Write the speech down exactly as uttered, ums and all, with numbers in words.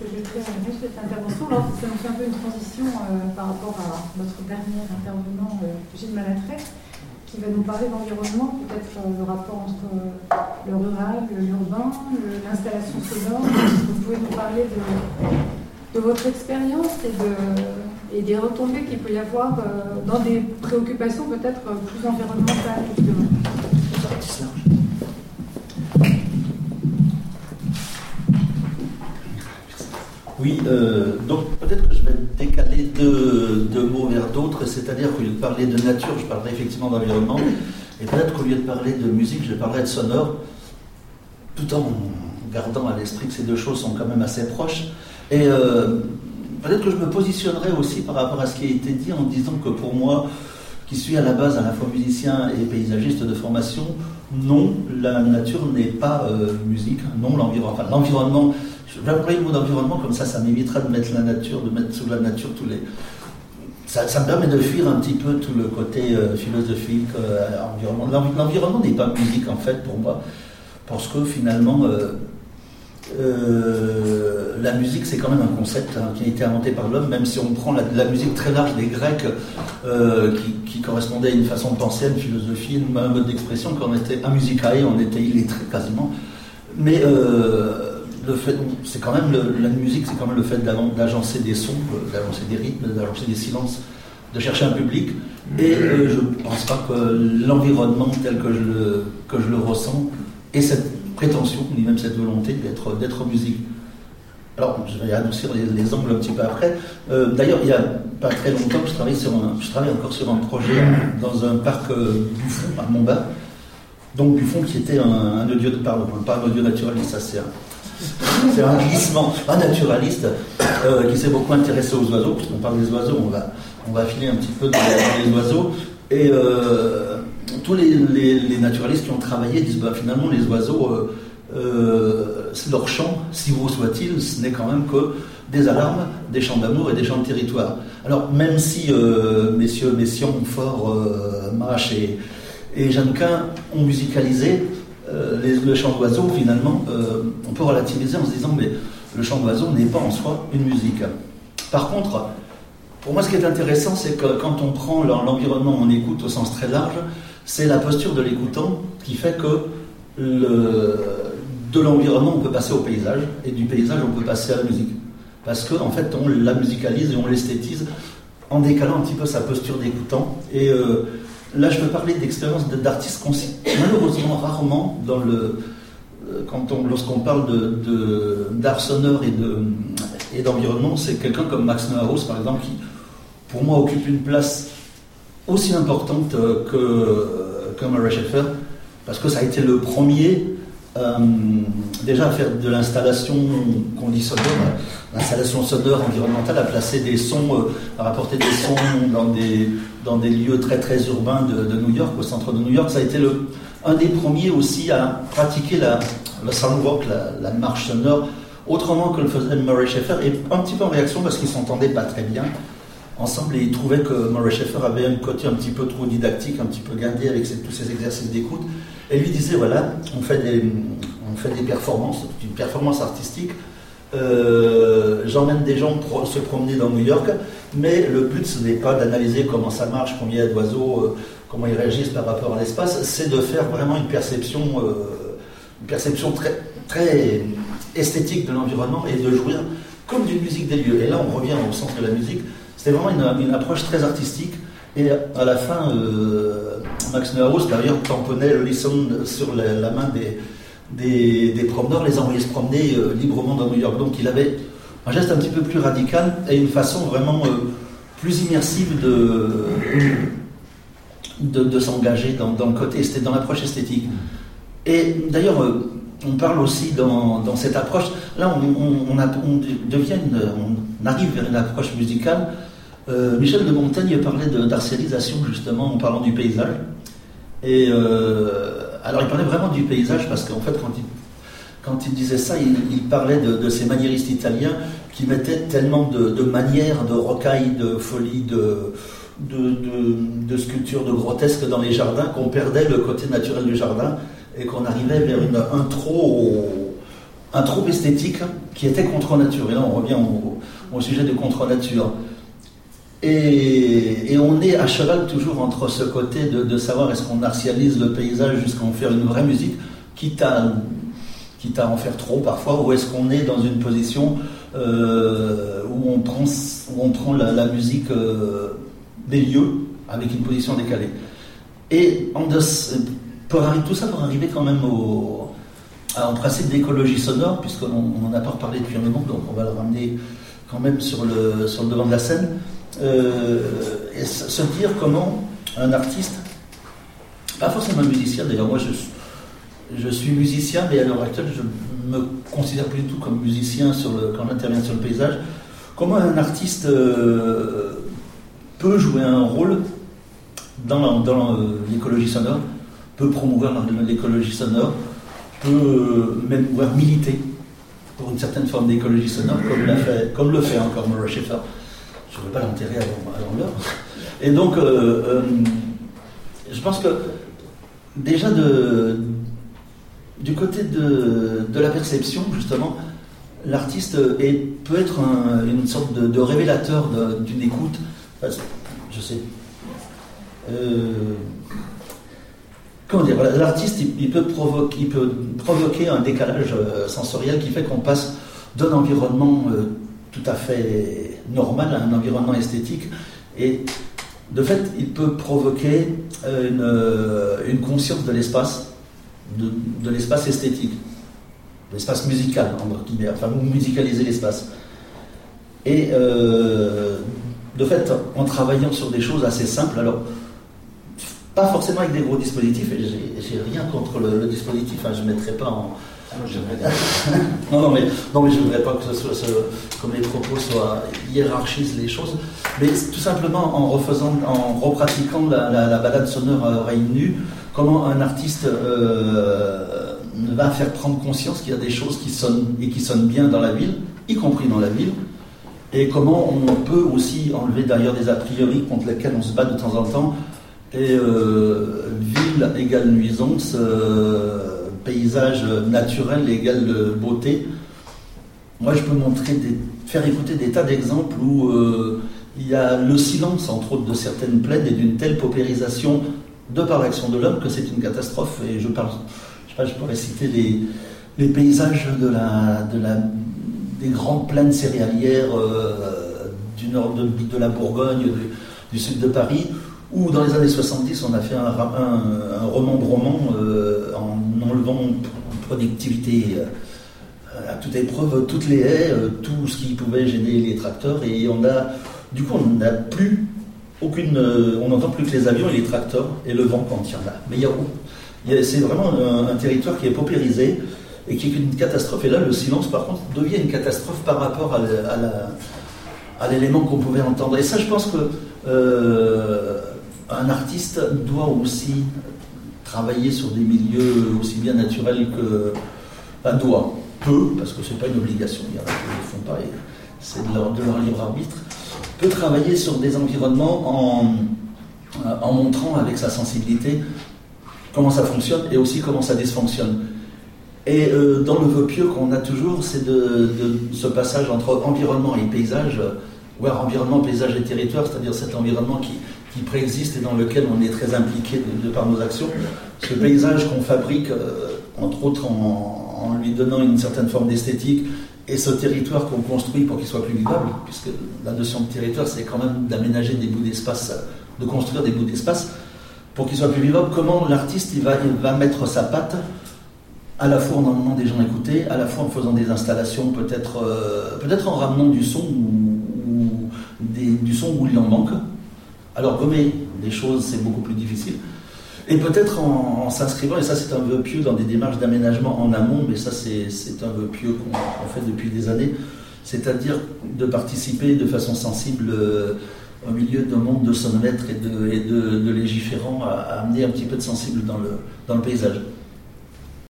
que je vais dire juste cette intervention. Alors, ça nous fait un peu une transition euh, par rapport à notre dernier intervenant, euh, Gilles Malatret, qui va nous parler d'environnement, peut-être euh, le rapport entre euh, le rural, l'urbain, le, l'installation sonore. Vous pouvez nous parler de, de votre expérience et, de, et des retombées qu'il peut y avoir euh, dans des préoccupations peut-être euh, plus environnementales, justement. Oui, euh, donc peut-être que je vais décaler deux, deux mots vers d'autres, c'est-à-dire qu'au lieu de parler de nature, je parlerai effectivement d'environnement, et peut-être qu'au lieu de parler de musique, je parlerai de sonore, tout en gardant à l'esprit que ces deux choses sont quand même assez proches. Et euh, peut-être que je me positionnerai aussi par rapport à ce qui a été dit en disant que pour moi, qui suis à la base à la fois musicien et paysagiste de formation, non, la nature n'est pas euh, musique, non, l'environnement, enfin, l'environnement. Je vais employer le mot d'environnement, comme ça, ça m'évitera de mettre la nature, de mettre sous la nature tous les... Ça, ça me permet de fuir un petit peu tout le côté euh, philosophique, euh, environnement. L'envi- l'environnement n'est pas musique, en fait, pour moi, parce que finalement, euh, euh, la musique, c'est quand même un concept hein, qui a été inventé par l'homme, même si on prend la, la musique très large des Grecs, euh, qui, qui correspondait à une façon de penser, à une philosophie, un mode d'expression, quand on était un musicae, on était illettré quasiment. Mais... Euh, Le fait, c'est quand même le, la musique, c'est quand même le fait d'agencer des sons, d'agencer des rythmes, d'agencer des silences, de chercher un public. Et euh, je ne pense pas que l'environnement tel que je le, que je le ressens ait cette prétention, ni même cette volonté d'être, d'être musique. Alors, je vais adoucir les, les angles un petit peu après. Euh, d'ailleurs, il n'y a pas très longtemps, je travaille, sur un, je travaille encore sur un projet dans un parc euh, Buffon, à Montbas. Donc Buffon qui était un, un audio, pardon, pas un audio naturaliste, ça c'est un... C'est un glissement, un naturaliste euh, qui s'est beaucoup intéressé aux oiseaux, puisqu'on parle des oiseaux, on va, on va filer un petit peu dans les oiseaux. Et euh, tous les, les, les naturalistes qui ont travaillé disent bah, finalement les oiseaux, euh, euh, leur chant, si beau soit-il, ce n'est quand même que des alarmes, des chants d'amour et des chants de territoire. Alors même si euh, messieurs Messiaen, Faure, euh, Marache et, et Jeannequin ont musicalisé, Euh, les, le chant d'oiseau, finalement, euh, on peut relativiser en se disant mais le chant d'oiseau n'est pas en soi une musique. Par contre, pour moi, ce qui est intéressant, c'est que quand on prend l'environnement, on écoute au sens très large, c'est la posture de l'écoutant qui fait que le, de l'environnement, on peut passer au paysage, et du paysage, on peut passer à la musique. Parce qu'en en fait, on la musicalise et on l'esthétise en décalant un petit peu sa posture d'écoutant. Et euh, là, je veux parler d'expériences d'artistes qu'on cite malheureusement rarement dans le, quand on, lorsqu'on parle de, de, d'art sonore et, de, et d'environnement. C'est quelqu'un comme Max Neuhaus, par exemple, qui, pour moi, occupe une place aussi importante que, que Murray Schafer, parce que ça a été le premier euh, déjà à faire de l'installation qu'on dit sonore, l'installation sonore environnementale, à placer des sons, euh, à rapporter des sons dans des, dans des lieux très très urbains de, de New York, au centre de New York. Ça a été le, un des premiers aussi à pratiquer la, la soundwalk, la, la marche sonore, autrement que le faisait Murray Schafer, et un petit peu en réaction parce qu'ils ne s'entendaient pas très bien ensemble, et ils trouvaient que Murray Schafer avait un côté un petit peu trop didactique, un petit peu guindé avec ces, tous ces exercices d'écoute, et lui disait voilà, on fait des, on fait des performances, une performance artistique. Euh, j'emmène des gens pro- se promener dans New York, mais le but ce n'est pas d'analyser comment ça marche, combien il y a d'oiseaux, euh, comment ils réagissent par rapport à l'espace, c'est de faire vraiment une perception, euh, une perception très, très esthétique de l'environnement et de jouir comme d'une musique des lieux. Et là on revient au sens de la musique, c'était vraiment une, une approche très artistique. Et à la fin, euh, Max Neuhaus d'ailleurs tamponnait le listen sur la, la main des Des, des promeneurs, les envoyait se promener euh, librement dans New York. Donc il avait un geste un petit peu plus radical et une façon vraiment euh, plus immersive de, de, de s'engager dans, dans le côté, c'était dans l'approche esthétique. Et d'ailleurs, euh, on parle aussi dans, dans cette approche, là on, on, on, a, on devient une, on arrive vers une approche musicale. Euh, Michel de Montaigne parlait de, d'artialisation justement en parlant du paysage. Et euh, alors il parlait vraiment du paysage parce qu'en fait quand il, quand il disait ça, il, il parlait de, de ces maniéristes italiens qui mettaient tellement de, de manières, de rocailles, de folie, de, de, de, de sculptures, de grotesques dans les jardins qu'on perdait le côté naturel du jardin et qu'on arrivait vers une, un trop un trop esthétique qui était contre nature. Et là, on revient au, au sujet de contre nature. Et, et on est à cheval toujours entre ce côté de, de savoir est-ce qu'on artialise le paysage jusqu'à en faire une vraie musique, quitte à, quitte à en faire trop parfois, ou est-ce qu'on est dans une position euh, où on prend, où on prend la, la musique euh, des lieux avec une position décalée. Et on de, pour arriver, tout ça pour arriver quand même au, à un principe d'écologie sonore, puisqu'on n'en a pas reparlé depuis un moment, donc on va le ramener quand même sur le, sur le devant de la scène. Euh, et se dire comment un artiste, pas forcément un musicien, d'ailleurs moi je, je suis musicien, mais à l'heure actuelle je me considère plus du tout comme musicien sur le, quand j'interviens sur le paysage, comment un artiste euh, peut jouer un rôle dans, la, dans l'écologie sonore, peut promouvoir l'écologie sonore, peut même pouvoir militer pour une certaine forme d'écologie sonore, comme, l'a fait, comme le fait encore Murray Schafer. Je ne veux pas l'enterrer avant, avant l'heure. Et donc, euh, euh, je pense que déjà de, du côté de, de la perception, justement, l'artiste est, peut être un, une sorte de, de révélateur de, d'une écoute. Enfin, je sais. Euh, comment dire, l'artiste, il, il, peut provoquer, il peut provoquer un décalage sensoriel qui fait qu'on passe d'un environnement euh, tout à fait normal à un environnement esthétique, et de fait il peut provoquer une, une conscience de l'espace, de, de l'espace esthétique, de l'espace musical, enfin musicaliser l'espace. Et euh, de fait en travaillant sur des choses assez simples, alors pas forcément avec des gros dispositifs, et j'ai, j'ai rien contre le, le dispositif, hein, je ne mettrai pas en non, non, mais, non, mais je ne voudrais pas que ce soit, ce, comme les propos soient hiérarchisent les choses, mais tout simplement en refaisant, en repratiquant la, la, la balade sonore à oreille nue, comment un artiste euh, va faire prendre conscience qu'il y a des choses qui sonnent et qui sonnent bien dans la ville, y compris dans la ville, et comment on peut aussi enlever d'ailleurs des a priori contre lesquels on se bat de temps en temps, et euh, ville égale nuisance, euh, paysage naturel égale beauté. Moi, je peux montrer des, faire écouter des tas d'exemples où euh, il y a le silence, entre autres, de certaines plaines et d'une telle paupérisation de par l'action de l'homme que c'est une catastrophe. Et je parle, je sais pas, je pourrais citer les, les paysages de la, de la, des grandes plaines céréalières euh, du nord de, de la Bourgogne, du, du sud de Paris, où dans les années soixante-dix, on a fait un, un, un remembrement euh, en enlevant productivité euh, à toute épreuve, toutes les haies, euh, tout ce qui pouvait gêner les tracteurs, et on a, du coup, on n'a plus aucune, euh, on n'entend plus que les avions et les tracteurs et le vent quand il y en a. Mais il y a, il y a, c'est vraiment un, un territoire qui est paupérisé et qui est une catastrophe. Et là, le silence, par contre, devient une catastrophe par rapport à, à, la, à l'élément qu'on pouvait entendre. Et ça, je pense que euh, un artiste doit aussi travailler sur des milieux aussi bien naturels que... Enfin, doit, peut, parce que ce n'est pas une obligation, il y en a qui ne le font pas, et c'est de leur, de leur libre arbitre, peut travailler sur des environnements en, en montrant avec sa sensibilité comment ça fonctionne et aussi comment ça dysfonctionne. Et euh, dans le vœu pieux qu'on a toujours, c'est de, de ce passage entre environnement et paysage, ou alors environnement, paysage et territoire, c'est-à-dire cet environnement qui, qui préexiste et dans lequel on est très impliqué de, de par nos actions. Ce paysage qu'on fabrique, euh, entre autres en, en lui donnant une certaine forme d'esthétique, et ce territoire qu'on construit pour qu'il soit plus vivable, puisque la notion de territoire, c'est quand même d'aménager des bouts d'espace, de construire des bouts d'espace pour qu'il soit plus vivable. Comment l'artiste il va, il va mettre sa patte, à la fois en emmenant des gens écouter, à la fois en faisant des installations, peut-être, euh, peut-être en ramenant du son ou, ou des, du son où il en manque. Alors gommer des choses, c'est beaucoup plus difficile. Et peut-être en, en s'inscrivant, et ça c'est un vœu pieux dans des démarches d'aménagement en amont, mais ça c'est, c'est un vœu pieux qu'on, qu'on fait depuis des années, c'est-à-dire de participer de façon sensible euh, au milieu d'un monde de sonomètres et de, et de, de légiférants à, à amener un petit peu de sensible dans le, dans le paysage.